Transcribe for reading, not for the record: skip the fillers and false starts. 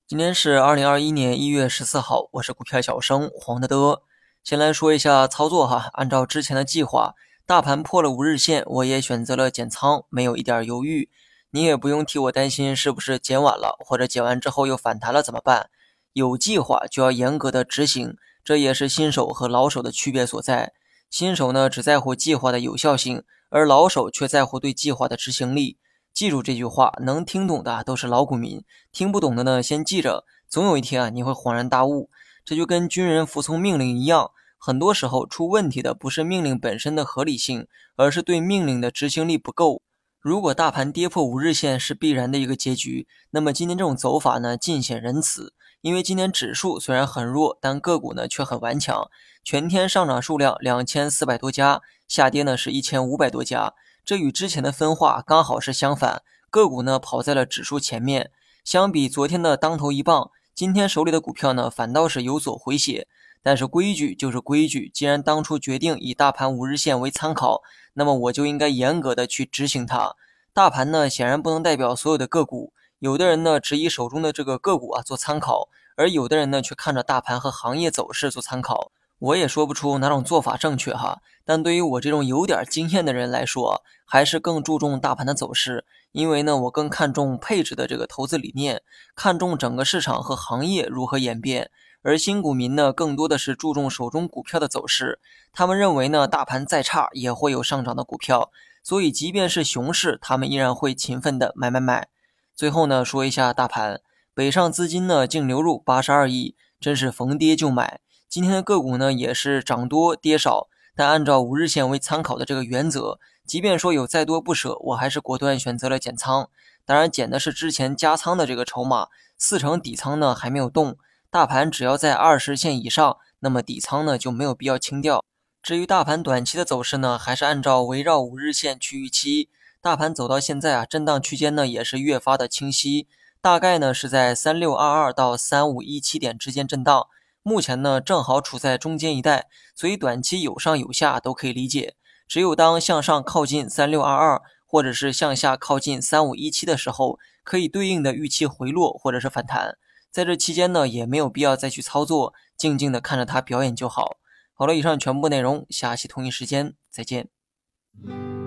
今天是2021年1月14号，我是股票小生黄德德。先来说一下操作哈，按照之前的计划，大盘破了5日线，我也选择了减仓，没有一点犹豫。你也不用替我担心是不是减晚了，或者减完之后又反弹了怎么办？有计划就要严格的执行，这也是新手和老手的区别所在。新手呢只在乎计划的有效性，而老手却在乎对计划的执行力。记住这句话，能听懂的都是老股民，听不懂的呢，先记着，总有一天啊，你会恍然大悟。这就跟军人服从命令一样，很多时候出问题的不是命令本身的合理性，而是对命令的执行力不够。如果大盘跌破5日线是必然的一个结局，那么今天这种走法呢，尽显仁慈。因为今天指数虽然很弱，但个股呢却很顽强，全天上涨数量2400多家，下跌呢是1500多家。这与之前的分化刚好是相反，个股呢跑在了指数前面。相比昨天的当头一棒，今天手里的股票呢反倒是有所回血。但是规矩就是规矩，既然当初决定以大盘5日线为参考，那么我就应该严格的去执行它。大盘呢显然不能代表所有的个股，有的人呢只以手中的这个个股做参考，而有的人呢却看着大盘和行业走势做参考。我也说不出哪种做法正确哈，但对于我这种有点经验的人来说，还是更注重大盘的走势，因为呢，我更看重配置的这个投资理念，看重整个市场和行业如何演变。而新股民呢，更多的是注重手中股票的走势，他们认为呢，大盘再差也会有上涨的股票，所以即便是熊市，他们依然会勤奋的买。最后呢，说一下大盘，北上资金呢净流入82亿，真是逢跌就买。今天的个股呢也是涨多跌少，但按照5日线为参考的这个原则，即便说有再多不舍，我还是果断选择了减仓。当然减的是之前加仓的这个筹码，40%底仓呢还没有动。大盘只要在20线以上，那么底仓呢就没有必要清掉。至于大盘短期的走势呢，还是按照围绕5日线去预期。大盘走到现在震荡区间呢也是越发的清晰，大概呢是在3622到3517点之间震荡。目前呢，正好处在中间一带，所以短期有上有下都可以理解。只有当向上靠近3622，或者是向下靠近3517的时候，可以对应的预期回落或者是反弹。在这期间呢，也没有必要再去操作，静静的看着它表演就好。好了，以上全部内容，下期同一时间再见。